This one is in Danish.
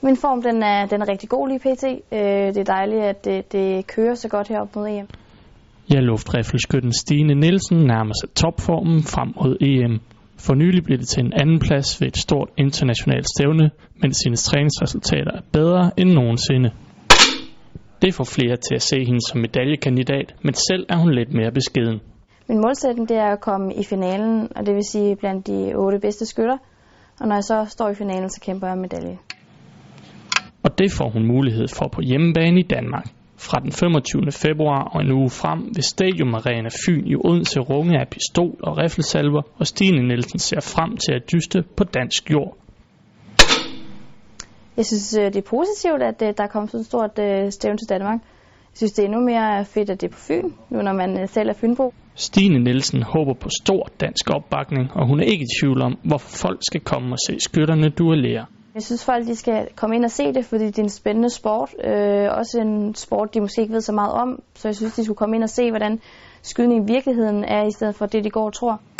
Min form den er rigtig god lige pt. Det er dejligt, at det kører så godt heroppe mod EM. Ja, luftrifleskytten Stine Nielsen nærmer sig topformen frem mod EM. For nylig blev det til en anden plads ved et stort internationalt stævne, mens hendes træningsresultater er bedre end nogensinde. Det får flere til at se hende som medaljekandidat, men selv er hun lidt mere beskeden. Min målsætning det er at komme i finalen, og det vil sige blandt de 8 bedste skytter. Og når jeg så står i finalen, så kæmper jeg om medalje. Og det får hun mulighed for på hjemmebane i Danmark. Fra den 25. februar og en uge frem vil Stadium Arena Fyn i Odense runge af pistol- og riffelsalver, og Stine Nielsen ser frem til at dyste på dansk jord. Jeg synes, det er positivt, at der er kommet så stort stævne til Danmark. Jeg synes, det er endnu mere fedt, at det er på Fyn, nu når man selv er fynbo. Stine Nielsen håber på stor dansk opbakning, og hun er ikke i tvivl om, hvorfor folk skal komme og se skytterne duellere. Jeg synes, folk de skal komme ind og se det, fordi det er en spændende sport. Også en sport, de måske ikke ved så meget om. Så jeg synes, de skulle komme ind og se, hvordan skydning i virkeligheden er, i stedet for det, de går og tror.